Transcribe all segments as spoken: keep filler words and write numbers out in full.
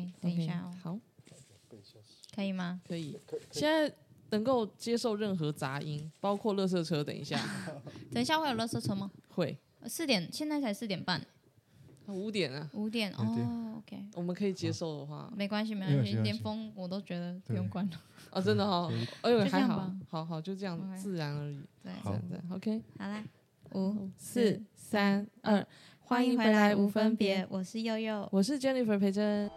OK， 等一下哦。 Okay, 好， 可以吗？ 可以。现在能够接受任何杂音，包括垃圾车。等一下， 等一下会有垃圾车吗？ 会。 四点，现在才四点半。 五点啊。 五点哦 ，OK。 我们可以接受的话， 没关系，没关系，连风我都觉得不用关了。 哦，真的哦，哎呦，还好，好好就这样 okay, 自然而已。 对， 这样子 ，OK。 好来，五四三二， 欢迎回来无分别，我是佑佑， 我是 Jennifer 培珍。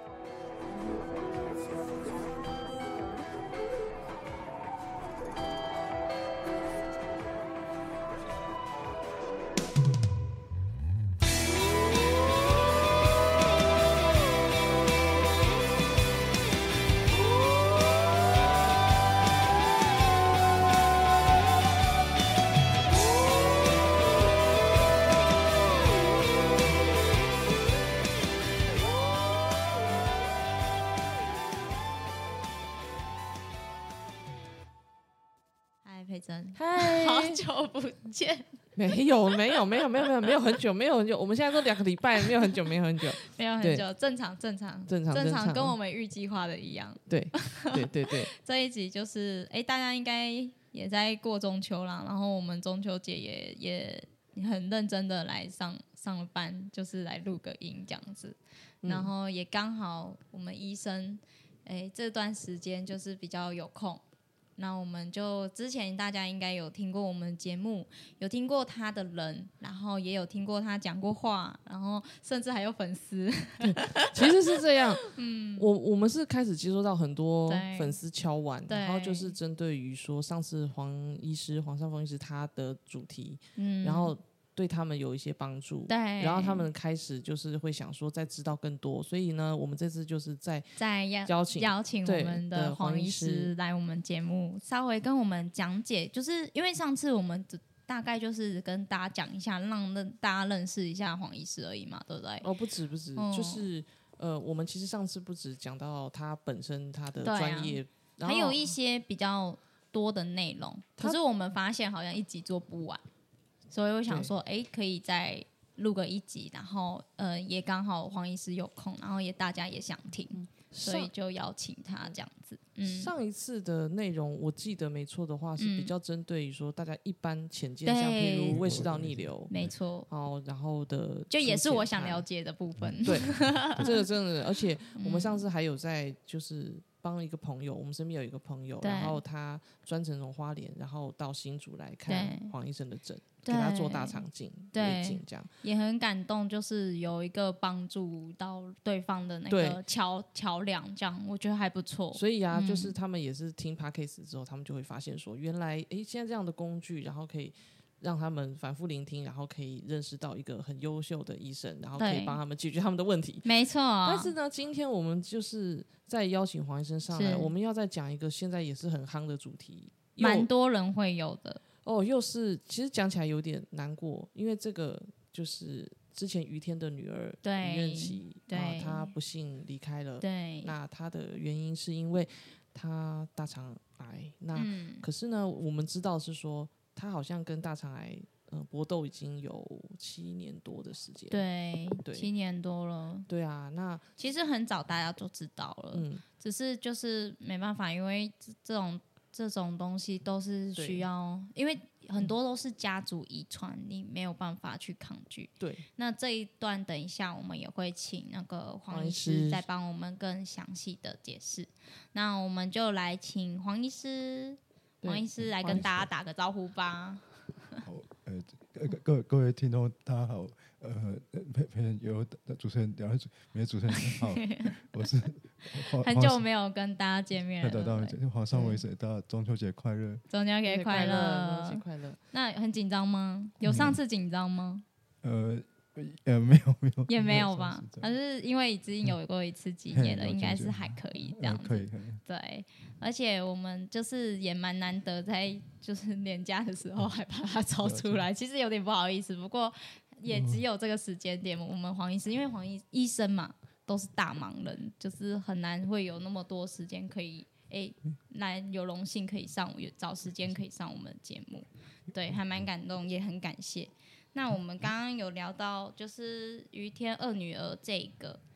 培珍， 嗨， 好久不见。 没有，没有，没有，没有，没有，没有很久，没有很久。我们现在都两个礼拜，没有很久，没有很久， 没有很久，正常，正常， 正常， 正常，跟我们预计划的一样。 对，对，对，对。 这一集就是，哎，大家应该也在过中秋啦，然后我们中秋节也也很认真的来上上了班，就是来录个音这样子。嗯、然后也刚好我们医生，哎，这段时间就是比较有空。那我们就之前大家应该有听过我们节目，有听过他的人，然后也有听过他讲过话，然后甚至还有粉丝。 其实是这样，嗯，我我们是开始接收到很多粉丝敲碗，然后就是针对于说上次黄医师黄少峰医师他的主题，嗯，然后对他们有一些帮助， 对， 然后他们开始就是会想说再知道更多，所以呢，我们这次就是在在邀请邀请我们的黄医师来我们节目，稍微跟我们讲解，就是因为上次我们大概就是跟大家讲一下，让大家认识一下黄医师而已嘛，对不对？ 哦，不止不止，嗯、就是呃，我们其实上次不止讲到他本身他的专业， 啊、还有一些比较多的内容，可是我们发现好像一集做不完。所以我想说，哎，可以再录个一集，然后呃，也刚好黄医师有空，然后也大家也想听，嗯、所以就邀请他这样子。嗯， 上一次的内容我记得没错的话，是比较针对于说大家一般浅见，像譬如胃食道逆流， 没错， 哦，然后的就也是我想了解的部分。 对，这个真的，而且我们上次还有在就是帮一个朋友，我们身边有一个朋友，然后他专程从花莲，然后到新竹来看黄医生的诊。给他做大肠镜、胃镜，这样也很感动，就是有一个帮助到对方的那个桥桥梁，这样我觉得还不错。 所以啊，嗯、就是他们也是听 podcast 之后，他们就会发现说，原来哎，现在这样的工具，然后可以让他们反复聆听，然后可以认识到一个很优秀的医生，然后可以帮他们解决他们的问题。 没错。 但是呢，今天我们就是在邀请黄医生上来，我们要再讲一个现在也是很夯的主题， 蛮多人会有的。 哦，又是其实讲起来有点难过，因为这个就是之前于天的女儿于愿琪，啊，她不幸离开了。 对， 那她的原因是因为她大肠癌。那、嗯、可是呢，我们知道是说她好像跟大肠癌呃搏斗已经有七年多的时间。 对，对，七年多了。 对啊，那其实很早大家就知道了，嗯，只是就是没办法，因为这种。这种东西都是需要，因为很多都是家族遗传，你没有办法去抗拒。 对， 那这一段等一下我们也会请那个黄医师再帮我们更详细的解释。那我们就来请黄医师，黄医师来跟大家打个招呼吧。 好，呃，各位各位听众大家好，呃，陪陪有主持人两位每位主持人好，我是很久没有跟大家见面了， 对对对，皇上为谁？大家中秋节快乐， 中秋节快乐， 中秋节快乐。 那很紧张吗？有上次紧张吗？ 呃呃，没有没有， 也没有吧？还是因为已经有过一次经验了，嗯、应该是还可以这样子。 可以可以。 对，而且我们就是也蛮难得在就是年假的时候还把它抽出来，其实有点不好意思，不过也只有这个时间点，我们黄医师因为黄医医生嘛都是大忙人，就是很难会有那么多时间可以哎来有荣幸可以上有找时间可以上我们的节目，对，还蛮感动，也很感谢。那我们刚刚有聊到就是于天二女儿这个，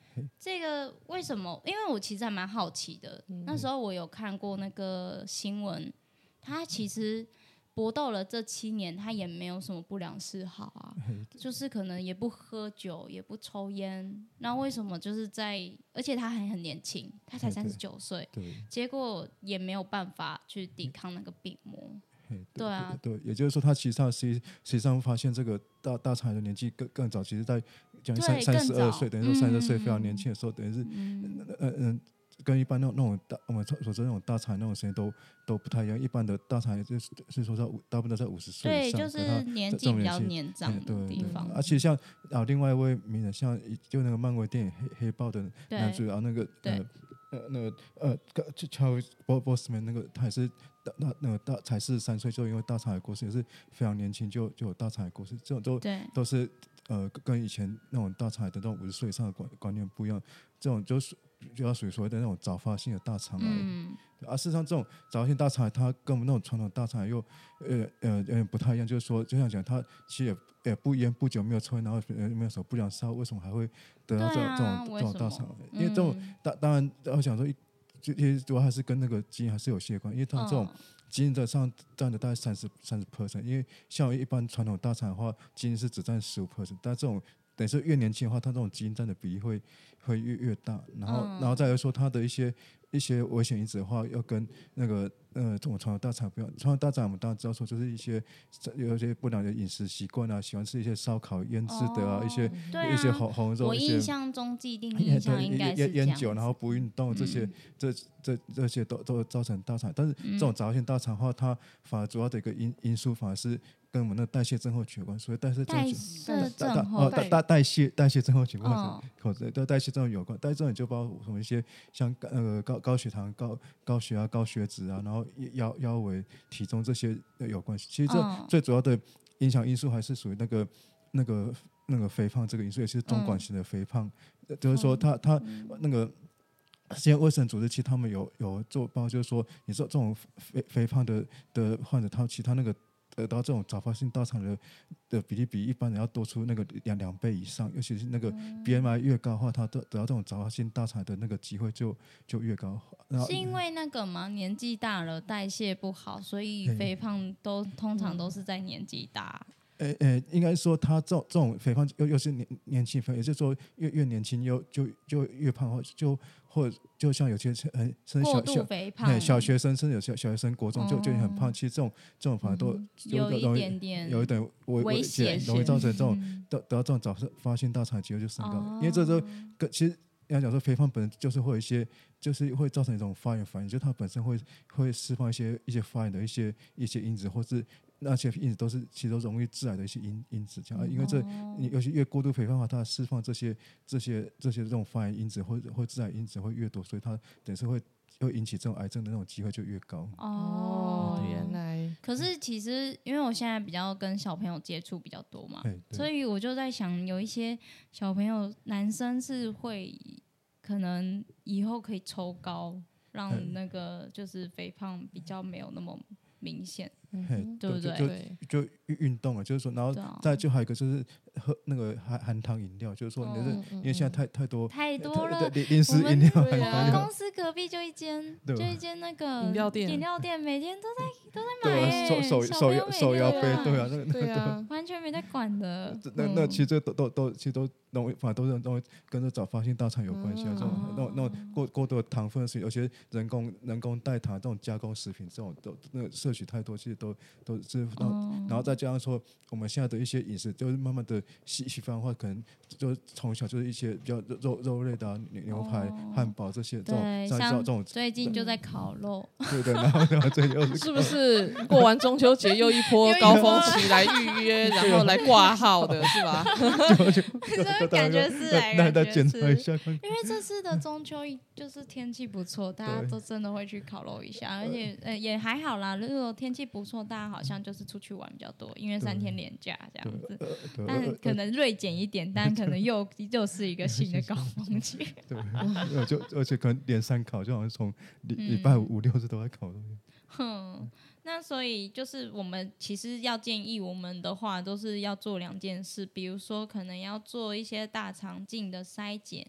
这个为什么？因为我其实还蛮好奇的、嗯。那时候我有看过那个新闻，他其实搏斗了这七年，他也没有什么不良嗜好啊，就是可能也不喝酒，也不抽烟。那为什么就是在，而且他还很年轻，他才三十九岁，结果也没有办法去抵抗那个病魔。 对, 对啊， 对，对，也就是说，他其实他实际实际上发现这个大大肠癌的年纪更更早，其实在将近三三十二岁，等于说三十二岁非常年轻的时候，嗯、等于是嗯嗯、呃，跟一般那种那种大我们所说那种大肠癌那种时间都都不太一样。一般的大肠癌就是是说在大部分都在五十岁以上， 对，就是年纪比较年长的地方。 而且、啊、像啊，另外一位名人，像就那个漫威电影黑黑豹的男主角那个呃呃那个呃乔波波斯曼那个，他也是。那那个大才是三岁就因为大肠癌过世，也是非常年轻就就有大肠癌过世，这种都都是呃跟以前那种大肠癌的那种五十岁以上的观观念不一样，这种就是就要属于所谓的那种早发性的大肠癌。嗯，而、啊、事实上这种早发性大肠癌，它跟我们那种传统大肠癌又呃呃有点不太一样，就是说就像讲，它其实也也不烟不酒没有抽烟，然后呃没有什么不良嗜好，为什么还会得到这种、啊、这种这种大肠癌？因为这种当当然我想说。就主要还是跟那个基因还是有些关，因为它这种基因的上占的大概三十三十 percent， 因为像一般传统大肠的话，基因是只占十五 percent， 但这种等于是越年轻的话，它这种基因占的比例会会越越大，然后、嗯、然后再来说它的一些一些危险因子的话，要跟那个呃这种传统大肠不一样。传统大肠我们当然知道说，就是一些有一些不良的饮食习惯啊，喜欢吃一些烧烤腌制的啊，哦、一些、啊、一些红红肉， 我印象中既定印象应该是这样烟酒，然后不运动这些，嗯、这这这些都都造成大肠。但是这种早发性大肠的话，它反而主要的一个因因素反而是跟我们的代谢症候群有关，所以代谢症候群、代代代谢代谢症候群， 哦、 口子跟代谢症有关。代谢症就包括什么一些像那个高高血糖、高高血压、高血脂啊，然后腰腰围、体重这些有关系。其实这最主要的影响因素还是属于那个那个那个肥胖这个因素，也是中管型的肥胖，嗯、就是说它它那个。现在卫生组织其实他们有有做报告，就是说，你说这种肥肥胖的的患者，他其他那个得到这种早发性大肠的的比例比一般人要多出那个两两倍以上，尤其是那个 B M I 越高的话，他得得到这种早发性大肠的那个机会就就越高。 是因为那个吗？年纪大了代谢不好，所以肥胖都通常都是在年纪大。 诶诶，应该说他这种这种肥胖又又是年年轻肥，也就是说越越年轻又就就越胖，或就或就像有些呃甚至小小小学生，甚至有小小学生国中就、哦、就很胖，其实这种这种反而都、嗯、 有一点点有一点危危险， 容易造成这种得、嗯、得到这种早发性大肠的机会就升高，哦、因为这都跟其实。要讲说肥胖本身就是会有一些，就是会造成一种发炎反应，就它本身会会释放一些一些发炎的一些一些因子，或是那些因子都是其实都容易致癌的一些因因子，这样，因为这你尤其越过度肥胖的话，它释放这些这些这些这种发炎因子或或致癌因子会越多，所以它等于是会会引起这种癌症的那种机会就越高。 哦， 原来。 可是其实因为我现在比较跟小朋友接触比较多嘛，所以我就在想，有一些小朋友男生是会可能以后可以抽高，让那个就是肥胖比较没有那么明显。 嗯、 对不对？ 就就运动了，就是说，然后再就还有一个就是喝那个含含糖饮料，就是说，你是、嗯、因为现在太太多太多了， 零食饮料。 我们公司隔壁就一间，就一间那个饮料店， 饮料店每天都在都在买、欸， 手手手摇手摇杯，对啊，那个对啊， 完全没在管的。 那那其实这都都都其实都容易，反正都是容易跟着早发性大肠有关系啊。这种那种那种过过多的糖分是，有些人工人工代糖这种加工食品，这种都那个摄取太多，其实都都是。然后再加上说，我们现在的一些饮食，就是慢慢的西西方化，可能就从小就是一些比较肉肉类的、啊、牛排、哦、汉堡这些，这种像这种最近就在烤肉， 对对，然后然后最近又是是不是过完中秋节又一波高峰期来预约，然后来挂号的是吧？ 这感觉是来来来检查一下， 因为这次的中秋就是天气不错，大家都真的会去烤肉一下，而且呃也还好啦。如果天气不错，大家好像就是出去玩比较多，因为三天连假这样子，但可能锐减一点，但可能又又是一个新的高峰期。 对，就而且可能连三烤，就好像从礼礼拜五五六日都在烤肉。 哼，那所以就是我们其实要建议我们的话，都是要做两件事，比如说可能要做一些大肠镜的筛检，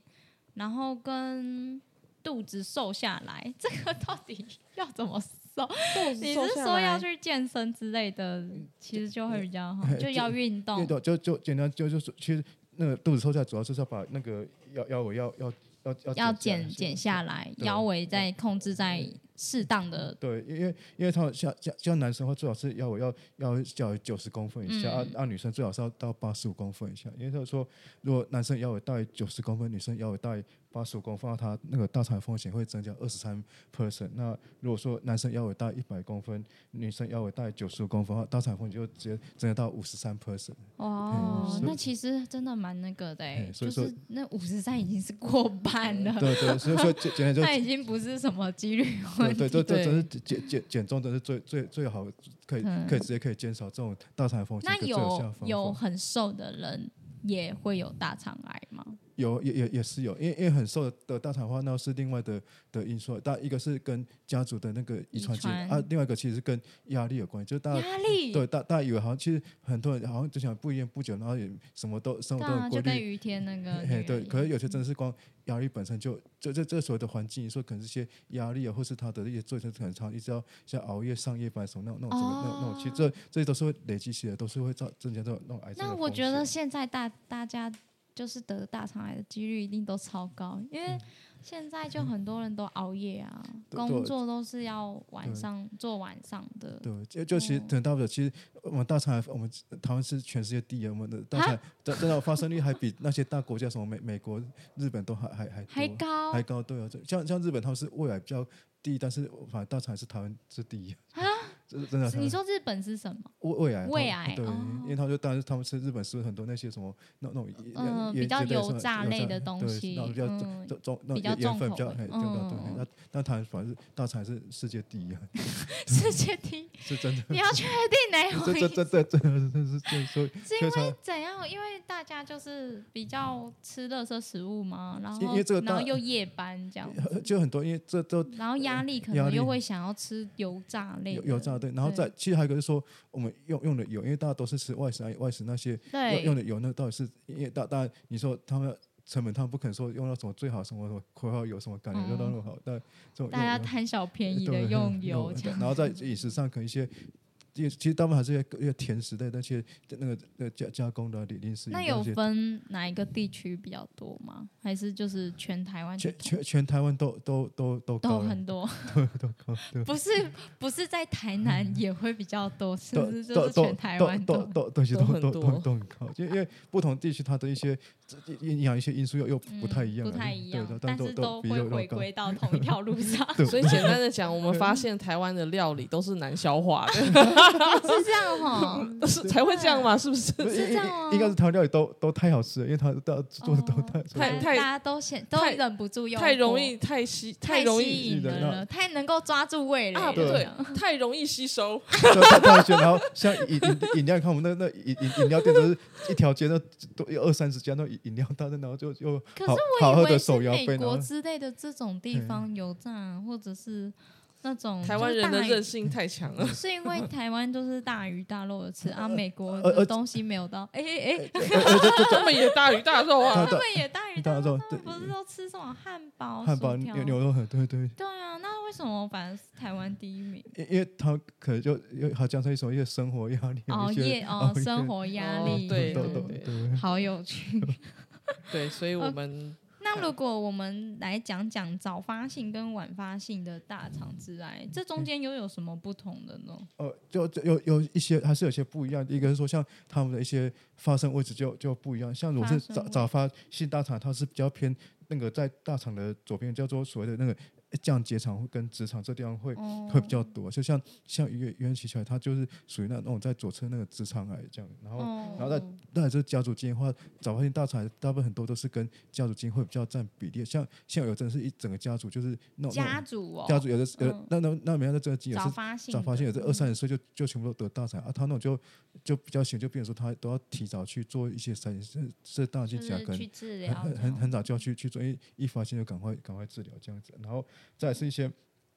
然后跟肚子瘦下来，这个到底要怎么瘦？你是说要去健身之类的，其实就会比较好，就要运动， 就就简单就就是其实那个肚子瘦下来，主要就是要把那个腰腰围要要要要要减减下来，腰围再控制在适当的。 对，因为因为他们像像像男生的话，最好是腰围要要要九十公分以下，嗯、啊啊女生最好是要到八十五公分以下，因为他说如果男生腰围大于九十公分，女生腰围大于八十五公分，他那个大肠风险会增加二十三 percent。那如果说男生腰围大于一百公分，女生腰围大于九十五公分的话，大肠风险就直接增加到五十三 percent。 哦、嗯，那其实真的蛮那个的哎、欸，就是那五十三已经是过半了。 对对，所以说简单就它已经不是什么几率问题。 对对，这真是减减减重，真是最最最好可以、嗯、可以直接可以减少这种大肠风险。 那有有很瘦的人也会有大肠癌吗？ 有也也也是有，因为因为很瘦的大肠化那是另外的的因素，但一个是跟家族的那个遗传基因啊，另外一个其实是跟压力有关系，就是大家压力对大大家以为好像其实很多人好像就想不一烟不酒，然后也什么都生活都很规律， 就跟于天那个嘿对，可是有些真的是光压力本身就就这这个所谓的环境因素，可能是一些压力啊，或是他的一些做一些很长，一直要像熬夜上夜班什么那种那种、哦、那种那种，其实这这些都是会累积起来，都是会造增加这种那种癌症的风险。 那我觉得现在大大家。就是得大肠癌的几率一定都超高，因为现在就很多人都熬夜啊，嗯、工作都是要晚上做晚上的。 对，就就其实很大不了，其实我们大肠癌，我们台湾是全世界第一，我们的大肠癌真的发生率还比那些大国家什么美美国、日本都还还还还高， 还高。对啊，像像日本他们是胃癌比较低，但是反正大肠癌是台湾是第一。真的， 你说日本是什么？ 胃癌， 胃癌， 对， 哦、 因为他们就当然他们吃日本是很多那些什么那那种嗯比较油炸类的东西， 然后比较重那比较盐分比较很重的，对。那那台湾反正大肠是世界第一啊， 世界第一是真的。 你要确定呢？ 这这这这真的真的是真所以是因为怎样？因为大家就是比较吃垃圾食物嘛，然后因为这个然后又夜班这样， 就很多因为这都然后压力可能又会想要吃油炸类的， 油炸对，然后再其实还有一个是说我们用用的油，因为大家都是吃外食外食那些用的油，那到底是因为大当然你说他们成本，他们不可能说用到什么最好什么什么葵花油什么橄榄油都那么好，但这种大家贪小便宜的用油， 然后在饮食上可能一些。其实大部分还是一些甜食类，那些那个那个加加工的零食。 那有分哪一个地区比较多吗？还是就是全台湾？ 全全全台湾都都都都都很多， 都都高。 不是不是在台南也会比较多，是不是？就是全台湾都都都都很多， 都都很高。因为不同地区它的一些营养一些因素又又不太一样， 不太一样， 但是都会回归到同一条路上。 所以简单的讲，我们发现台湾的料理都是难消化的。 是这样哈， 是才会这样吗？是不是？ 是这样哦。 应该是台湾料理都都太好吃了，因为他大家做的都太太太， 大家都嫌都忍不住用， 太容易太吸太容易吸引人了，太能够抓住味蕾啊！不对，太容易吸收。 然后像饮饮料，看我们那那饮饮料店都是一条街，那都有二三十家那饮料大的，然后就又好好喝的手摇杯， 美国之类的这种地方油炸或者是。那种台湾人的韧性太强了， 是因为台湾都是大鱼大肉的吃啊，美国的东西没有到，哎哎哎， 他们也大鱼大肉啊， 他们也大鱼大肉，不是都吃什么汉堡、 汉堡、牛牛肉很对对。 对啊，那为什么反而是台湾第一名？ 因为他可能就好讲成一种一些生活压力， 熬夜哦，生活压力， 对对对， 好有趣。 对，所以我们。 那如果我们来讲讲早发性跟晚发性的大肠致癌，这中间又有什么不同的呢？ 呃，就有有一些还是有些不一样。一个是说，像他们的一些发生位置就就不一样。像如果是早早发性大肠，它是比较偏那个在大肠的左边，叫做所谓的那个降结肠跟直肠这地方会、哦、会比较多。就像像圆圆起来，它就是属于那种在左侧那个直肠癌这样。然后、哦、然后在再来就是家族基因的话，早发性大肠大部分很多都是跟家族基因会比较占比例。像像有真的是一整个家族就是那种家族哦， 家族有的有的、嗯、那那那没有的这个基因早发性早发性有的二三十岁就就全部都得大肠啊，他那种就就比较险，就变成说他都要提早去做一些筛检，这大进起来可能很很很早就要去去做，因为一发现就赶快赶快治疗这样子。然后再来是一些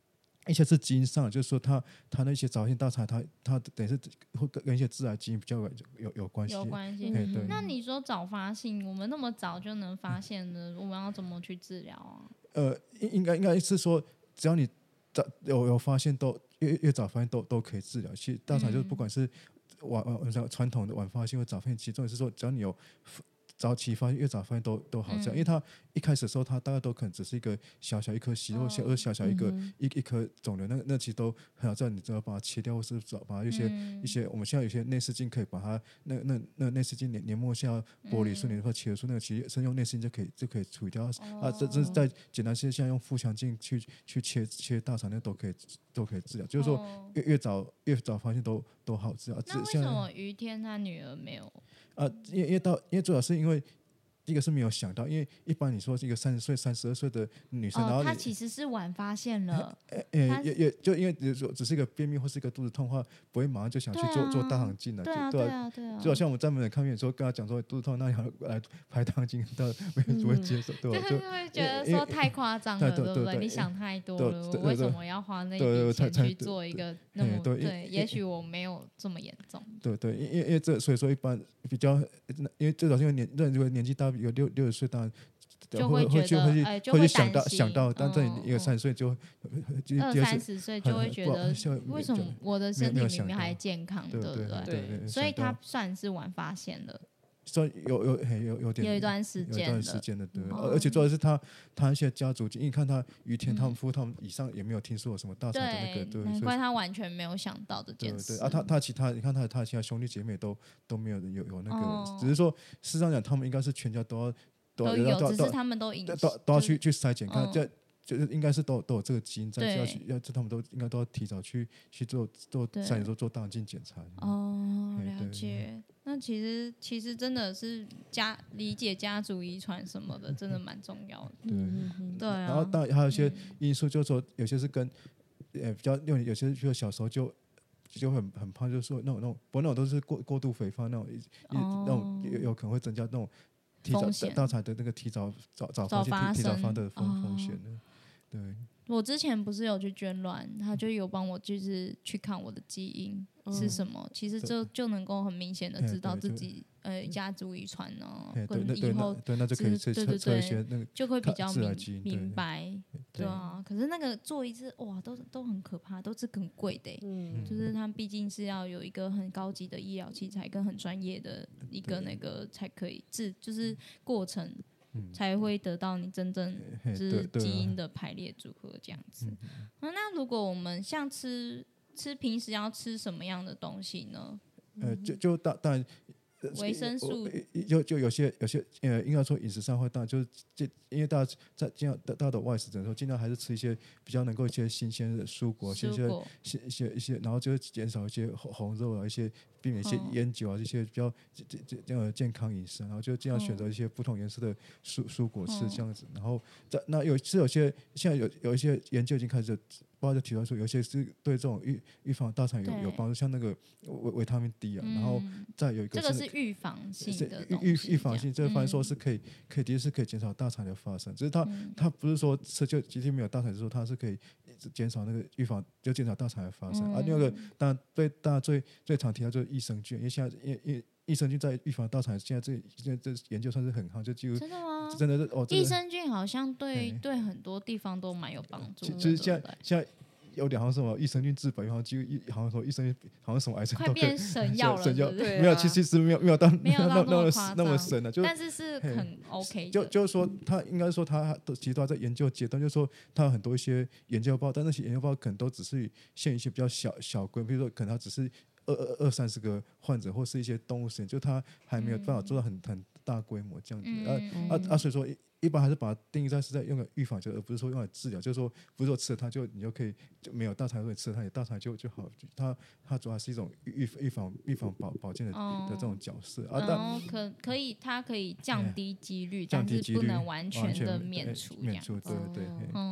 一些是基因上，就是说它它那些早发性大肠，它它等于是会跟一些致癌基因比较有有有关系。 有关系。 对。 那你说早发性，我们那么早就能发现的，我们要怎么去治疗啊？ 呃，应该应该是说，只要你早有有发现都越越早发现都都可以治疗。其实大肠就是不管是晚晚传统的晚发性或早发性，其实重点是说，只要你有早期发现越早发现都都好这样、嗯、因为它一开始的时候它大概都可能只是一个小小一颗息肉，或者小小一个、嗯、一一颗肿瘤，那那其实都很好，这样你只要把它切掉，或是把它一些、嗯、一些我们现在有些内视镜可以把它那那那内视镜黏黏膜下玻璃素黏或切出那个，其实是用内视镜就可以就可以处理掉、哦、啊，这这是在简单些像用腹腔镜去去切切大肠那都可以都可以治疗，就是说越越早越早发现都都好治疗。 那为什么于天他女儿没有？ 啊，因为因为到因为主要是因为一个是没有想到，因为一般你说是一个三十岁、三十二岁的女生， 哦、 然后她其实是晚发现了， 呃呃，也也就因为只是只是一个便秘或是一个肚子痛的话，不会马上就想去做、啊、做大肠镜了， 对啊对啊对啊， 就好像我们在门诊看病的时候，跟他讲说肚子痛，那你要来排大肠镜，他没人不会接受，对吧？ 就会觉得说太夸张了，对不对？你想太多了，我为什么要花那一笔钱去做一个那么对？也许我没有这么严重， 对对，因为因为这所以说一般比较，因为最早是因为年如果年纪大有六六十岁。当然就会觉得，哎，就会想到想到，但在一个三十岁就二三十岁就会觉得，为什么我的身体明明还健康，对不对？ 对， 所以他算是晚发现了。 算有有有有点有一段时间， 有一段时间的，对，哦、而且主要是他他一些家族，因为看他于天他们夫他们以上也没有听说有什么大肠的那个，对， 难怪他完全没有想到这件事。 对对啊，他他其他你看他他其他兄弟姐妹都都没有有有那个，哦、只是说事实上讲，他们应该是全家都要都有，都只是他们都都都要去去筛检看，这。就是应该是都都有这个基因在，要去要他们都应该都要提早去去做做筛检，说做大肠镜检查。 哦，了解。那其实其实真的是家理解家族遗传什么的，真的蛮重要的。 对对啊。 然后当然还有一些因素，就是说有些是跟呃比较，因为有些比如小时候就就很很胖，就是说那种那种，不过那种都是过过度肥胖那种，哦、那种有有可能会增加那种提早大肠的那个提早早早发现提早发的风风险的。对， 我之前不是有去捐卵，他就有帮我就是去看我的基因是什么，嗯、其实就就能够很明显的知道自己呃家族遗传呢，跟以后对那就可以测测一些那个就会比较明明白，对啊。可是那个做一次哇，都都很可怕，都是很贵的，嗯，就是它毕竟是要有一个很高级的医疗器材跟很专业的一个那个才可以治，就是过程。才会得到你真正就是基因的排列组合这样子。啊、那如果我们像吃吃平时要吃什么样的东西呢？ 呃，就就当当然。 维生素就就有些有些呃，应该说饮食上会当然就是这，因为大家在尽量大家的外食的时候，尽量还是吃一些比较能够一些新鲜的蔬果，新鲜一些一些，然后就减少一些红肉啊，一些避免一些烟酒啊，这些比较这这这样的健康饮食，然后就尽量选择一些不同颜色的蔬蔬果吃这样子。然后在那有是有些现在有有一些研究已经开始。包括就提到说，有些是对这种预预防大肠有有帮助，像那个维维他命 D 啊，嗯、然后再有一个这个是预防性的预预防性，这个发现说是可以、嗯、可以的确是可以减少大肠的发生，只是它、嗯、它不是说吃就其实没有大肠，是说它是可以减少那个预防就减少大肠的发生。嗯、啊，另外一个当然对大家最最常提到就是益生菌，因为现在因因益生菌在预防大肠，现在这现在这研究算是很好，就几乎真的吗？ 真的是哦， 益生菌好像对对很多地方都蛮有帮助的。 就是现在现在有点好像什么益生菌治百，好像几乎一好像说益生菌好像什么癌症快变神药了， 神药对、 啊、没有，其实没有没有到没有到那么那么神的、啊，就但是是很 OK 的。 就就是说，他应该说他其实都在研究阶段，就是说他有很多一些研究报告，但那些研究报告可能都只是限一些比较小小规模，比如说可能他只是二二二三十个患者，或是一些动物实验，就他还没有办法做到很、嗯、很大规模这样子。嗯、啊、嗯、啊啊！所以说。一般还是把它定义在是在用来预防，就而不是说用来治疗。就是说，不是说吃了它就你就可以就没有大肠，你吃了它，你大肠就就好。它它主要是一种预预防预防保保健的、哦、的这种角色啊。 然后可可以它可以降低几率，但是不能完全的免除。 免除对对对。 哦，了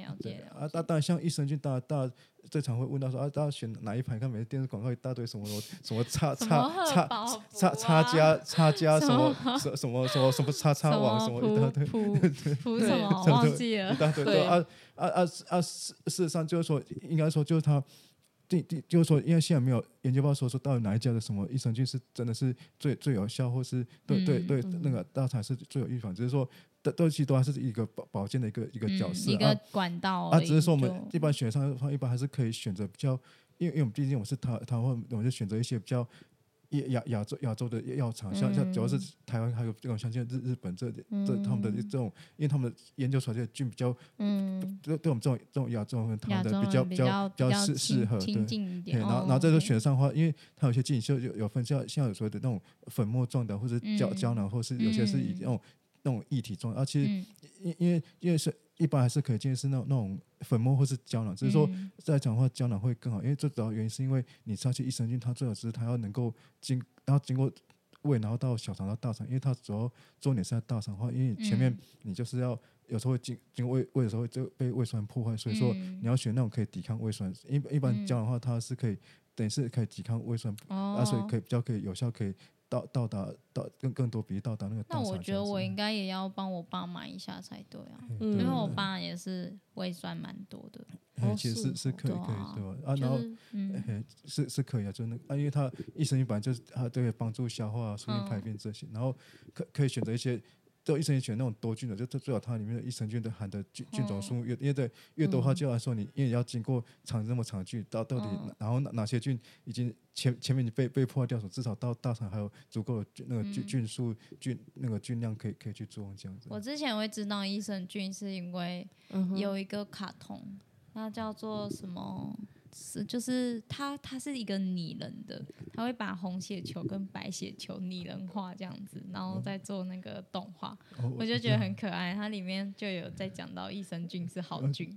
了解了解啊，当然像益生菌，大家大家最常会问到说啊，大家选哪一盘？看每次电视广告一大堆什么什么叉叉叉叉叉加叉加什么什么什么什么什么叉叉网什么一大堆， 谱什么忘记了， 一大堆对啊啊啊啊！事事实上就是说，应该说就是它。第第就是说，因为现在没有研究报说说到底哪一家的什么益生菌是真的是最最有效，或是对、嗯、对对那个大肠是最有预防，只是说都都其实都还是一个保保健的一个一个角色、 嗯、一个管道啊，只是说我们一般选上的话，一般还是可以选择比较，因为因为我们毕竟我们是台台湾，我们就选择一些比较。亚亚洲亚洲的药厂，像像主要是台湾，还有这种像现在日日本这这他们的这种，因为他们的研究出来的菌比较，嗯，对对我们这种这种亚洲人，他们的比较比较比较适适合，对，然后然后在这选上的话，因为它有些菌就有有分像像有所谓的那种粉末状的，或者胶胶囊，或是有些是以那种那种液体状，而且因因为因为是。一般还是可以建议是那种那种粉末或是胶囊，只是说再讲的话胶囊会更好，因为最主要原因是因为你上去益生菌，它最好是它要能够经，然后经过胃，然后到小肠到大肠，因为它主要重点是在大肠的话，因为你前面你就是要有时候会经经过胃胃的时候就被胃酸破坏，所以说你要选那种可以抵抗胃酸。一一般胶囊的话，它是可以等于是可以抵抗胃酸，啊，所以可以比较可以有效可以。到到达到更更多比例到达那个大肠。 那我觉得我应该也要帮我爸买一下才对啊，嗯、因为我爸也是胃酸蛮多的。 嗯哦、其实是是可以可以对吧？啊，然后、就是嗯、是是可以啊，就那啊，因为它益生菌本来就是它都可以帮助消化、顺利排便这些，嗯、然后可可以选择一些。都益生菌选那种多菌的，就最好它里面的益生菌的含的菌菌种数目越因为对越多的话，就来说你因为要经过长这么长的距离，到到底、嗯、然后哪些菌已经前前面你被被破坏掉，至少到大肠还有足够的那个菌菌数菌那个菌量可以可以去作用这样子。 我之前会知道益生菌是因为有一个卡通，它叫做什么？是，就是它，它是一个拟人的，它会把红血球跟白血球拟人化这样子，然后再做那个动画，哦、我就觉得很可爱。它里面就有在讲到益生菌是好菌，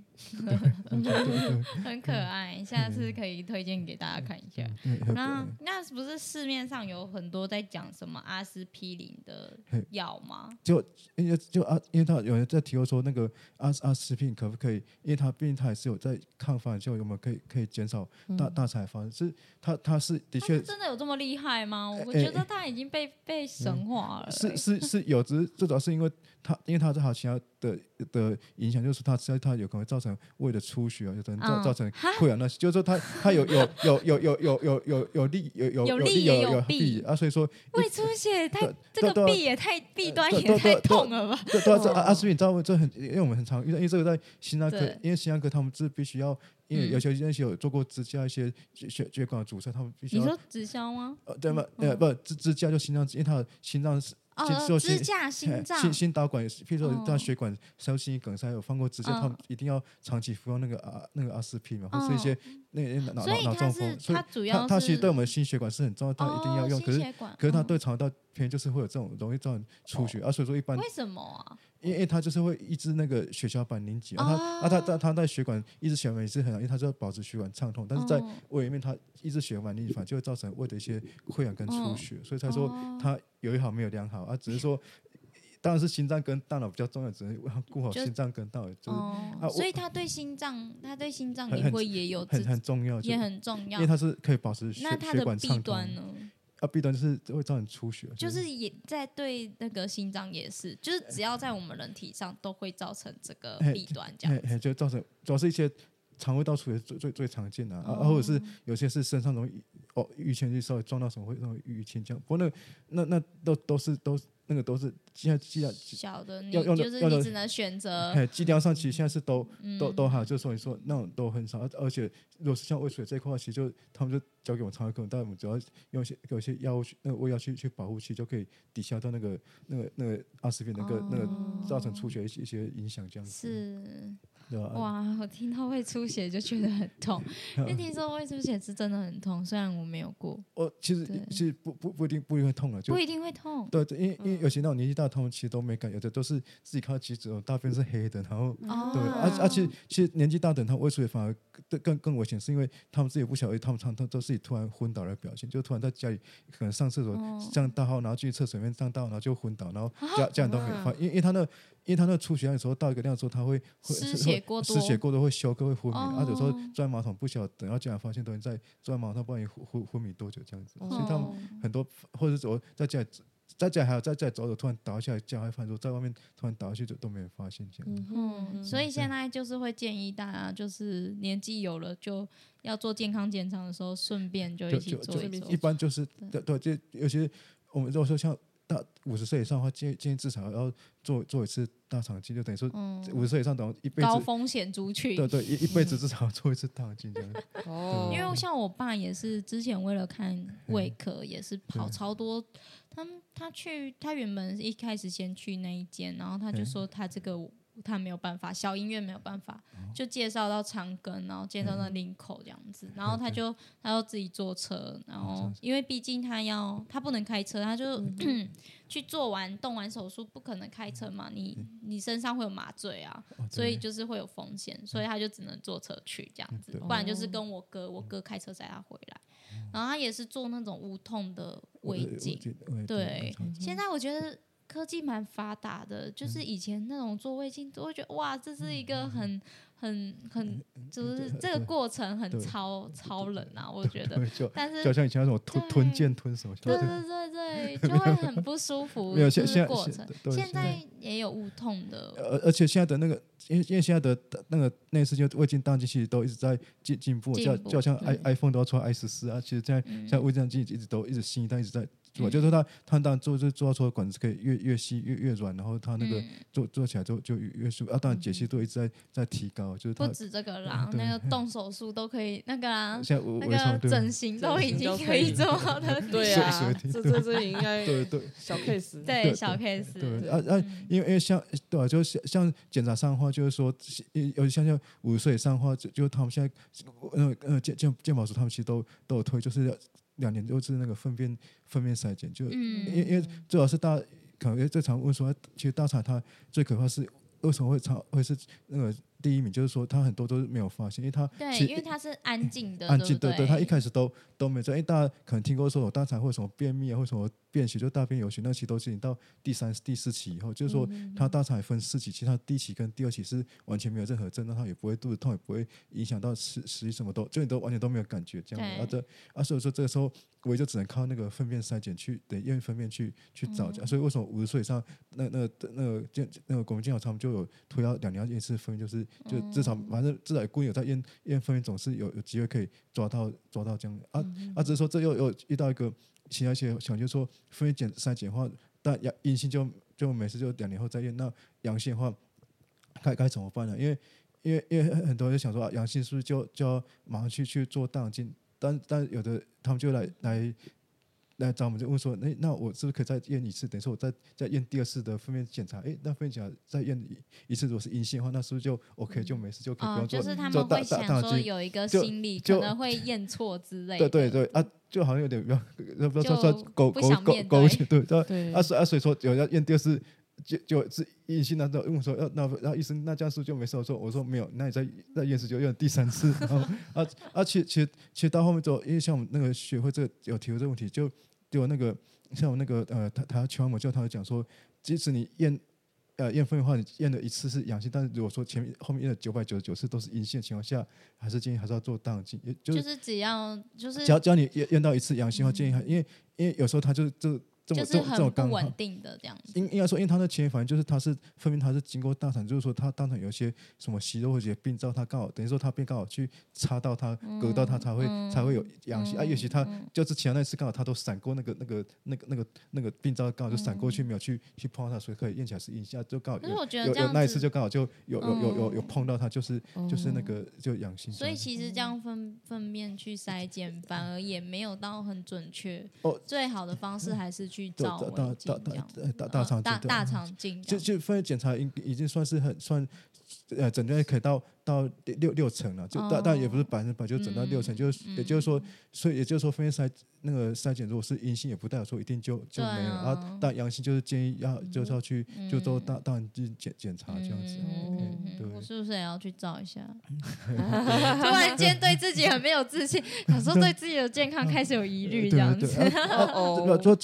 很可爱。下次可以推荐给大家看一下。那那不是市面上有很多在讲什么阿司匹林的药吗？ 就因为就啊，因为他有人在提过说那个阿阿司匹林可不可以？因为它毕竟它也是有在抗发炎效果，有没有可以可以减少大大肠发炎？是它它是的确真的有这么厉害吗？我觉得它已经被、欸、被神化了、 欸。是是是有，只是最主要是因为它，因为它这好其他的的影响，就是它实在它有可能会造成胃的出血啊，有可能造造成溃疡那些，就是说它它有有有有有有有有有利有有有利有有弊啊，所以说胃出血太这个弊也太弊端也太痛了吧？ 对对对，阿司匹林，你知道这很，因为我们很常遇到，因为这个在心脏科，因为心脏科他们是必须要。因为尤其那些有做过支架一些血血管的阻塞，他们必须要。 你说直销吗？ 呃，对吗？呃，不，支支架就心脏，因为他的心脏是哦，支架心脏， 心心导管，譬如说他血管塞心肌梗塞有放过支架，他们一定要长期服用那个阿那个阿司匹林嘛，或是一些那脑脑脑中风， 所以它主要它其实对我们心血管是很重要，它一定要用。可是可是它对肠道偏就是会有这种容易造成出血，啊，所以说一般为什么啊？ 因为它就是会抑制那个血小板凝集，啊，它啊它它它在血管抑制血管也是很好，因为它就要保持血管畅通，但是在胃里面它抑制血管凝集反而就会造成胃的一些溃疡跟出血，所以才说它有一好没有两好啊，只是说。当然是心脏跟大脑比较重要，只能顾好心脏跟大脑。就是哦啊、 所以它对心脏，它对心脏也会也有很很重要， 也很重要， 因为它是可以保持血那它的血管畅通。 呢？ 啊，弊端就是会造成出血， 就是也在对那个心脏也是，就是只要在我们人体上都会造成这个弊端，这样子就造成主要是一些肠胃道出血最最最常见的啊，哦、啊，或者是有些是身上容易哦淤青，就稍微撞到什么会容易淤青这样。不过那那那都都是都是那个都是现在剂量小的，你就是你只能选择。 哎，剂量上其实现在是都、 嗯、 都都好，就是说你说那种都很少，而且如果是像胃水这一块，其实就他们就交给我们肠胃科，但我们只要用一些有一些药物去那个胃药去去保护，其实就可以抵消掉那个那个那个阿司匹林那个、哦、那个造成出血一些一些影响这样子。 是。 对啊、 哇，我听到胃出血就觉得很痛，因为听说胃出血是真的很痛，虽然我没有过。 哦，其实其实不不不一定不一定会痛了，就不一定会痛。 对对，因为、嗯、因为有些那种年纪大的他们其实都没感，有的都是自己看到机子大便是黑的，然后、哦、对，而而且其实年纪大的他胃出血反而更更更危险，是因为他们自己不晓得，他们常常都自己突然昏倒的表现，就突然在家里可能上厕所上大号，然后进去厕所里面上大号，然后就昏倒，然后家、哦、家人都没发、哦，因为因为他那。因为他那个出血量的时候到一个量之后，他会失血过多， 失血过多会休克会昏迷， 哦、 啊，有时候坐在马桶不晓得，等到家长发现都已经在坐在马桶上，不知道你昏昏迷多久这样子，哦、所以他们很多或者说在家里。在家还有在家里走走，突然倒下来，家还发现说在外面突然倒下去就都没人发现这样。 嗯，所以现在就是会建议大家，就是年纪有了就要做健康检查的时候，顺便就一起做一做。 一般就是对对，就有些我们如果说像大五十岁以上的话，建建议至少要做做一次大肠镜，就等于说五十岁以上等于一辈子高风险族群， 对对，一一辈子至少要做一次大肠镜这样。 哦，因为像我爸也是之前为了看胃科，也是跑超多。他他去，他原本一开始先去那一间，然后他就说他这个他没有办法，小医院没有办法，就介绍到长庚，然后介绍到林口这样子，然后他就他就自己坐车，然后因为毕竟他要他不能开车，他就、嗯、去做完动完手术不可能开车嘛，你你身上会有麻醉啊，所以就是会有风险，所以他就只能坐车去这样子，不然就是跟我哥，我哥开车载他回来。然后他也是做那种无痛的胃镜，对。现在我觉得科技蛮发达的，就是以前那种做胃镜都会觉得哇，这是一个很很很，就是这个过程很超超人啊，我觉得。但是就像以前那种吞吞剑吞什么， 对对对对，就会很不舒服。 没有现在过程，现在也有无痛的， 而而且现在的那个。因为因为现在的那个内视镜胃镜大镜其实都一直在进进步，就就好像 i iPhone 都要出 i 十四啊，其实现在现在胃镜镜一直都一直新一代一直在做，嗯、就是说它它当然做就做到说管子可以越越细越越软，然后它那个做做起来就就越越舒服啊，当然解析度一直在在提高，就是不止这个啦，那个动手术都可以，那个啦， 现在那个整形都已经可以做好的， 对啊，这这这应该对对小 case， 对小 case， 对啊啊，因为因为像对啊，就像像检查上的话，就是说。尤其像像五十岁以上的话，就就他们现在呃呃健健健保署他们其实都都有推，就是两年就是那个粪便粪便筛检，就、嗯、因为因为最好是大家可能最常问说，其实大肠它最可怕是为什么会常会是那个第一名，就是说它很多都是没有发现，因为它对，因为它是安静的， 安静对对对，它一开始都都没有，因为大家可能听过说有大肠会什么便秘啊，或什么便血，就大便有血，那其实都是到第三第四期以后，就是说它大肠也分四期，其实它第一期跟第二期是完全没有任何症状，它也不会肚子痛，也不会影响到食食欲，什么都就你都完全都没有感觉这样子啊，这啊所以说这个时候我也就只能靠那个粪便筛检去等验粪便去去找、嗯，所以为什么五十岁以上那那个那个健那个国民健保他们就有推要两年要验一次粪便，就是就至少反正至少故意有在验验粪便，总是有有机会可以抓到抓到这样啊、嗯、啊，只是说这又又遇到一个。其他一些想就是说粪便检筛检的话，但阴性就就每次就两年后再验，那阳性的话该该怎么办呢？因为因为因为很多人就想说啊，阳性是不是就就要马上去去做大肠镜？但但有的他们就来来来找我们就问说，那那我是不是可以再验一次？等于说我再再验第二次的粪便检查，哎，那粪便检查再验一次，如果是阴性的话，那是不是就 OK 就没事就可以不用做？ 哦，就是他们会想说有一个心理可能会验错之类的。 对对对啊，就好像有点不要不要说狗狗狗狗对对啊，所以啊所以说有要验第二次。就就是阴性，那时候问我说要那然后医生那这样是就没事，我说我说没有，那你再再验时就验第三次，然后啊啊其实其实其实到后面之后，因为像我们那个学会这个有提出这个问题，就就那个像我那个呃他他全网就他会讲说，即使你验呃验粪的话，你验了一次是阳性，但是如果说前面后面验了九百九十九次都是阴性的情况下，还是建议还是要做大肠镜，就是、就是只要就是只要只要你验验到一次阳性的话，建议还因为因为有时候他就就。 就是很不稳定的这样子。 应应该说，因为它的前沿反应就是它是分明它是经过大肠，就是说它大肠有一些什么息肉或者病灶，它刚好等于说它便刚好去插到它，隔到它才会、嗯、才会有阳性、嗯、啊。也许它就是前那次刚好它都闪过那个那个那个那个那个病灶，刚好就闪过去，没有去去碰到它，所以可以验起来是阴性，就刚好有有有那一次就刚好就有有有有有碰到它，就是就是那个就阳性。 所以其实这样分分辨去筛检，反而也没有到很准确。哦，最好的方式还是去照胃。 大大大大肠大大肠镜， 就就粪便检查已已经算是很算，呃，诊断可以到到六六成了，就但但也不是百分之百，就诊断六成，就是也就是说，所以也就是说，粪便筛那个筛检如果是阴性，也不代表说一定就就没了啊。但阳性就是建议要就是要去就做大大肠镜检检查这样子。对， 我是不是也要去照一下？突然间对自己很没有自信，有时候对自己的健康开始有疑虑这样子。 哦，最最主要是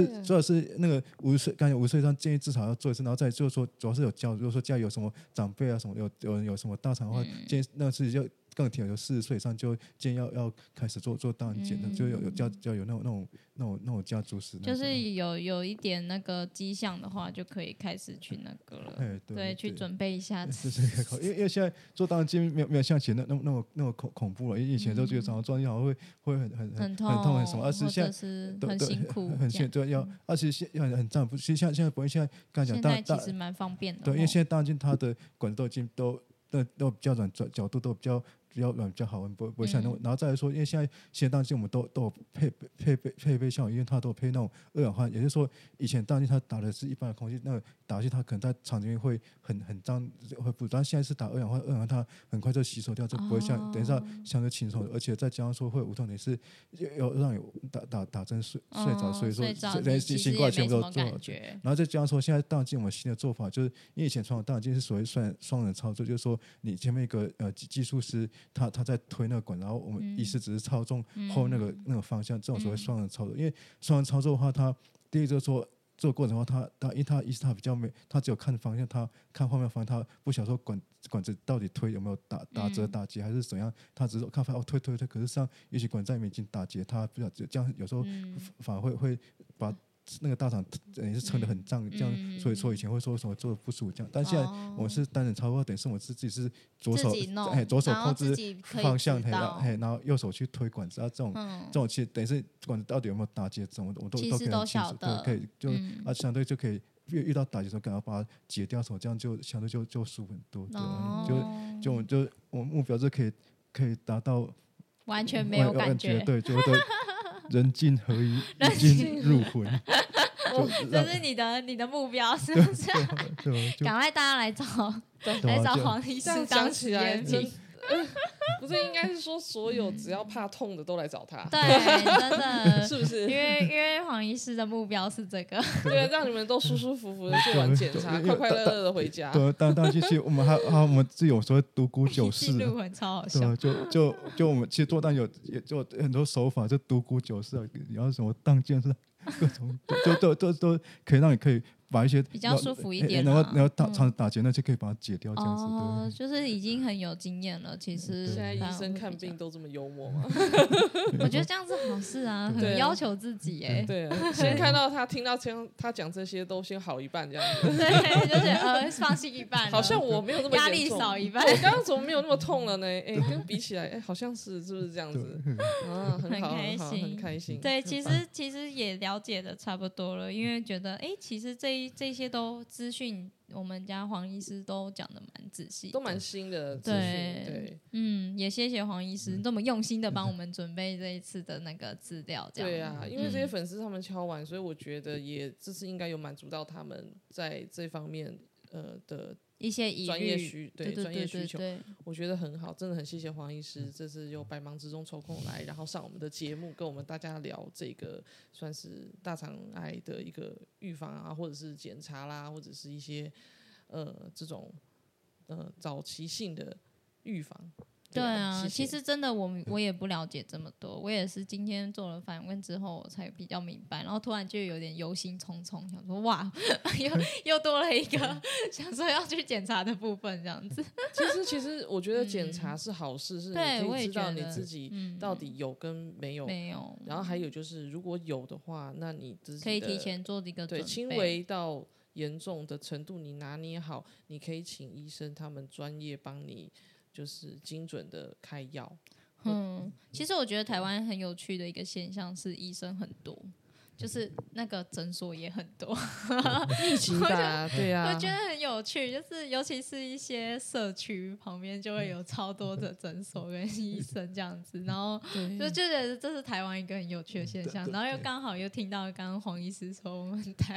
主要是那个五十岁，刚才五十岁上建议至少要做一次，然后再就是说，主要是有教，如果说家里有什么长辈啊什么，有有人有什么大肠的话，嗯、建议那是就更提有四十岁以上就建议要要开始做做大肠检的，嗯、就有有家要有那种那种那种那种家族史， 就是有有一点那个迹象的话，就可以开始去那个了， 对, 对, 对，去准备一下子。 因为因为现在做大肠镜没有没有像以前那那那么那么恐恐怖了，因为以前都觉得早上做好像会会很很很痛很痛很什么，而是现在很辛苦， 很现对要，而且现在很脏，不，其实现在现在不会现在刚才讲大现在其实蛮方便的， 对，因为现在大肠镜它的管子都已经都都都比较软，角度都比较。比较软比较好闻，不不会像那种、嗯。然后再来说，因为现在现在大肠镜我们都都有配配配配备，像医院它都有配那种二氧化碳，也就是说以前大肠镜它打的是一般的空气，那个打下去它可能在肠里面会很很脏会不，但现在是打二氧化二氧化碳很快就吸收掉，就不会像、哦、等一下相对轻松，而且再加上说会有无痛点是要让你打打打针睡睡着，所以说这些新冠全部都做了。然后再加上说现在大肠镜我们新的做法就是，因为以前传统大肠镜是所谓算双人操作，就是说你前面一个呃技术师。他他在推那个管，然后我们医师只是操纵后那个、嗯、那个方向，这种所谓双人操作。因为双人操作的话，他第一个就是说这个过程的话，他他因为他医师他比较没，他只有看方向，他看后面方向，他不晓得说管管子到底推有没有打打折打结还是怎样，他只是看发现哦推推推，可是上也许管在里面已经打结，他不晓得这样有时候反而会会把。那个大肠也是撑得很胀，嗯、这样，所以说以前会说什么做的不舒服这样，但现在我们是单人操作，等于是我们是自己是左手哎左手控制方向，嘿，然后右手去推管子，啊这种、嗯、这种其实等于是管子到底有没有打结，这种我都都可以很清楚，对，可以就、嗯、啊相对就可以遇遇到打结的时候，赶快把它解掉手，这样就相对就就舒服很多，对，哦、就就就我们目标是可以可以达到完全没有感觉， 对，就会。人尽合一，一尽入魂。 这是你的你的目标，是不是？赶快大家来找来找黄医师当实验品。 不是应该是说所有只要怕痛的都来找他？ 对，真的是不是？ 因为因为黄医师的目标是这个， 对，让你们都舒舒服服的做完检查，快快乐乐的回家。 对，但但其实我们还还有我们自己有所谓独孤九式， 入魂超好笑。 就就就我们其实做蛋有也就很多手法，就独孤九式，然后什么当剑是各种，就都都都可以让你可以。把一些比较舒服一点， 然后然后打常打结那就可以把它解掉，这样子。 哦，就是已经很有经验了。其实现在医生看病都这么幽默吗？ 我觉得这样是好事啊，很要求自己哎。 对，先看到他听到他讲这些都先好一半这样子。 对，就是呃放心一半。 好像我没有那么压力少一半。 我刚刚怎么没有那么痛了呢？哎，跟比起来，哎，好像是是不是这样子？啊，很好，很好，很开心。 对，其实其实也了解的差不多了，因为觉得哎，其实这。这些都资讯，我们家黄医师都讲的蛮仔细， 都蛮新的资讯。对，对， 嗯，也谢谢黄医师这么用心的帮我们准备这一次的那个资料。这样对啊，因为这些粉丝他们敲完，嗯、所以我觉得也这次应该有满足到他们在这方面呃的。 一些专业需对专业需求，我觉得很好，真的很谢谢黄医师，这次又百忙之中抽空来，然后上我们的节目，跟我们大家聊这个算是大肠癌的一个预防啊，或者是检查啦，或者是一些呃这种呃早期性的预防。 对啊，谢谢。其实真的我我也不了解这么多，我也是今天做了访问之后我才比较明白，然后突然就有点忧心忡忡，想说哇，又又多了一个想说要去检查的部分，这样子。 其实其实我觉得检查是好事，嗯、是你可以知道你自己到底有跟没有， 没有。 然后还有就是如果有的话，那你自己可以提前做一个准备， 对轻微到严重的程度你拿捏好，你可以请医生他们专业帮你。就是精准的开药。 嗯，其实我觉得台湾很有趣的一个现象是医生很多，就是那个诊所也很多。 疫情吧，对啊， 我觉得很有趣，就是尤其是一些社区旁边就会有超多的诊所跟医生这样子，然后就就觉得这是台湾一个很有趣的现象，然后又刚好又听到刚刚黄医师说我们台湾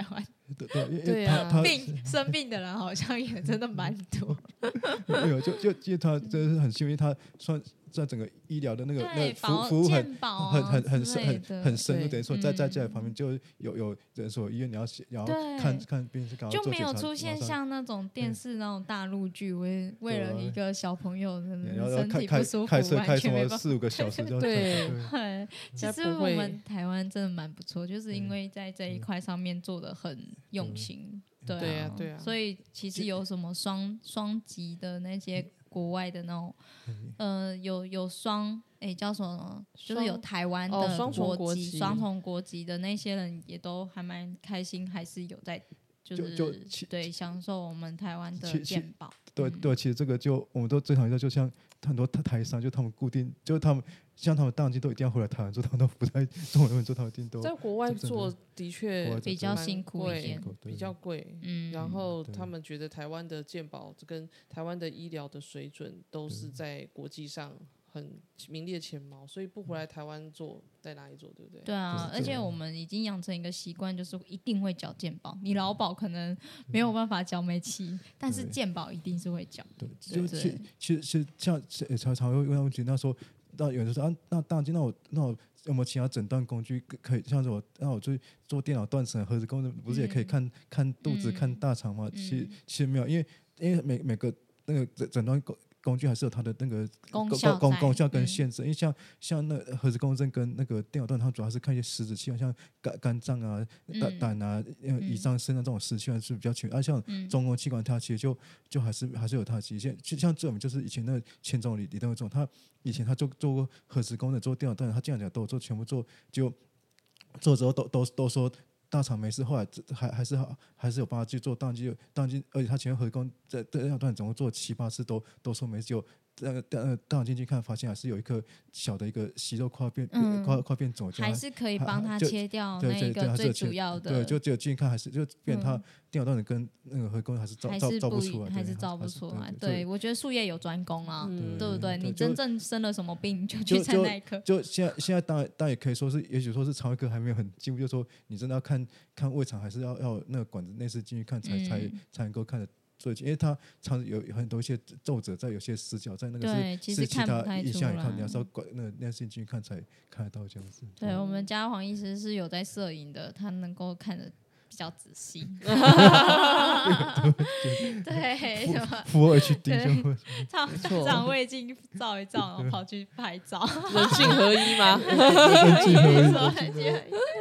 对对， 对啊， 他病生病的人好像也真的蛮多。 没有，就就因为他真的是很幸运，他算在整个医疗的那个那个服服务很很很很深很很深，就等于说在在家里旁边就有有人说医院你要然后看看病是就没有出现像那种电视那种大陆剧，为为了一个小朋友的身体不舒服， 开车开什么完全没办法四五个小时就对对，其实我们台湾真的蛮不错，就是因为在这一块上面做的很用心。对啊， 对啊，对啊， 所以其实有什么双双级的那些国外的那种，呃，有有双诶叫什么，就是有台湾的国籍、双重国籍的那些人，也都还蛮开心，还是有在就是就就对享受我们台湾的健保。 对对，其实这个就我们都正常说，就像很多台商，就他们固定，就他们像他们淡季都一定要回来台湾做，他们都不在中文做，他们一定都在国外做，的确比较辛苦一点， 比较贵。嗯，然后他们觉得台湾的健保跟台湾的医疗的水准都是在国际上很名列前茅，所以不回来台湾做，在哪里做，对不对？ 对啊，而且我们已经养成一个习惯，就是一定会缴健保。你劳保可能没有办法缴每期，但是健保一定是会缴。 对，就其实其实像常常会问他们，那时候那有人说啊，那当然，那我那我有没有其他诊断工具可以，像是我那我就做电脑断层、核磁共振，不是也可以看、嗯、看肚子、嗯、看大肠吗？其实其实没有，因为因为每每个那个诊诊断工工具还是有它的那个功效功功效跟限制，嗯、因为像像那核磁共振跟那个电脑断层，它主要是看一些实质器官，像肝肝脏啊、胆胆啊、嗯、胰脏、肾脏这种实质器官是比较全，而、啊、像中宫器官，它其实就就还是还是有它的极限。就像这种就是以前那个前总理李登辉总，他以前他做做过核磁共振、做电脑断层，他这样讲都做全部做，就做之后都都都说。大肠没事，后来还还是还是有办法去做当机，当机，而且他前面核工在这两段总共做七八次都都说没事，就那个那个大肠进去看，发现还是有一颗小的一个息肉快变、嗯、快快变肿， 还是可以帮他切掉那一个最主要的。 对，就只有进去看还是就变他电脑断层跟那个核工还是照照照不出来， 还是照不出来。对，我觉得术业有专攻啊，嗯、对不对？你真正生了什么病，就去看那一科。 就现在现在当然当然也可以说是，也许说是肠胃科还没有很进步，就是说你真的要看看胃肠，还是要要那个管子内视进去看才、嗯、才才能够看得。因为它常有很多一些皱褶在有些死角在那个是其是其他影响，你看你要是要管那个内视镜进去看才看得到这样子。 对，嗯、我们家黄医师是有在摄影的，他能够看得比较仔细。对，什么 Full H D 就肠胃镜照一照，然后跑去拍照， 人性合一吗？ 人性合一。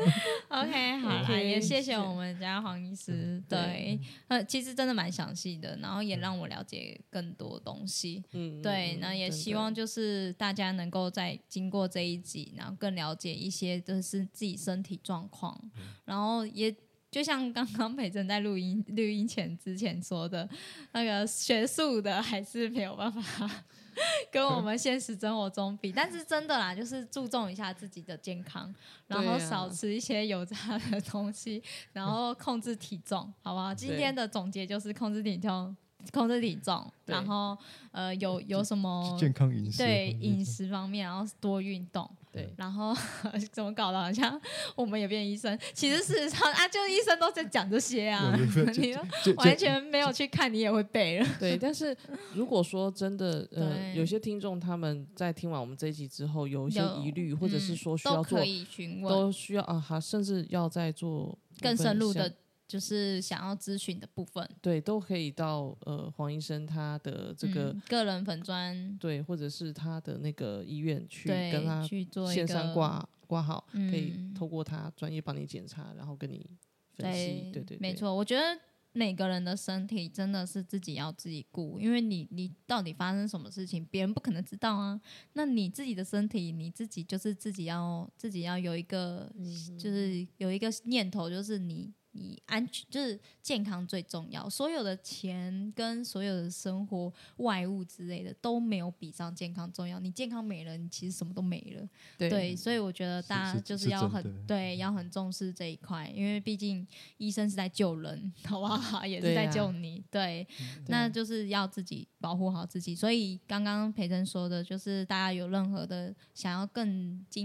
OK， 好啦，也谢谢我们家黄医师。对，呃，其实真的蛮详细的，然后也让我了解更多东西。嗯，对，那也希望就是大家能够在经过这一集，然后更了解一些就是自己身体状况，然后也。就像刚刚培珍在录音录音前之前说的，那个学术的还是没有办法跟我们现实生活中比，但是真的啦，就是注重一下自己的健康，然后少吃一些油炸的东西，然后控制体重，好不好？今天的总结就是控制体重。控制体重，然后呃有有什么健康饮食， 对饮食方面，然后多运动，对，然后怎么搞的好像我们也变医生，其实事实上啊，就医生都在讲这些啊，你完全没有去看，你也会背了。 对，但是如果说真的，呃，有些听众他们在听完我们这一集之后有一些疑虑，或者是说需要做， 都可以询问， 都需要啊，哈，甚至要再做更深入的。就是想要咨询的部分， 对，都可以到呃黄医生他的这个、 嗯、个人粉专， 对，或者是他的那个医院去跟他去做线上挂挂号，嗯、可以透过他专业帮你检查，然后跟你分析，对 对, 对， 没错，我觉得每个人的身体真的是自己要自己顾，因为你你到底发生什么事情，别人不可能知道啊。那你自己的身体，你自己就是自己要自己要有一个，嗯、就是有一个念头，就是你。你安全就是健康最重要，所有的钱跟所有的生活外物之类的都没有比上健康重要。你健康没了，你其实什么都没了。对，对，所以我觉得大家就是要很对，要很重视这一块，因为毕竟医生是在救人，好不好？也是在救你。对，啊、对，那就是要自己保护好自己。所以刚刚培珍说的，就是大家有任何的想要更精。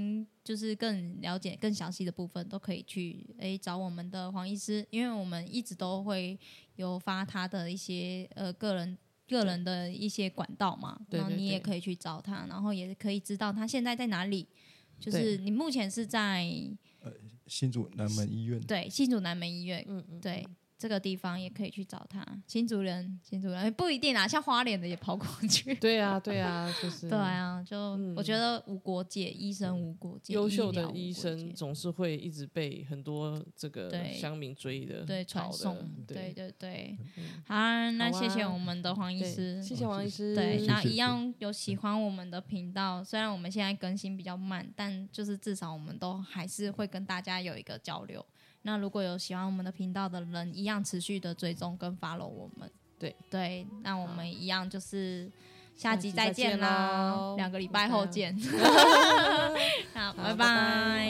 就是更了解更详细的部分，都可以去诶找我们的黄医师，因为我们一直都会有发他的一些呃个人个人的一些管道嘛， 对对对， 然后你也可以去找他，然后也可以知道他现在在哪里。就是你目前是在呃新竹南门医院， 对，新竹南门医院， 嗯嗯， 对。这个地方也可以去找他，新竹人，新竹人不一定啦，像花莲的也跑过去。 对啊，对啊，就是对啊，就、嗯、我觉得无国界，医生无国界， 优秀的医生总是会一直被很多这个乡民追的， 对，传送，对对对。嗯、好，那谢谢我们的黄医师， 谢谢黄医师。 对，那一样有喜欢我们的频道，虽然我们现在更新比较慢，但就是至少我们都还是会跟大家有一个交流。那如果有喜欢我们的频道的人，一样持续的追踪跟 follow 我们。 对对， 那我们一样就是下集再见啦，两个礼拜后见。好，拜拜。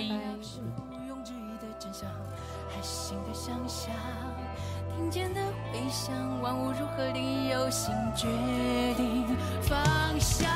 听见的回响，万物如何理由，心决定方向。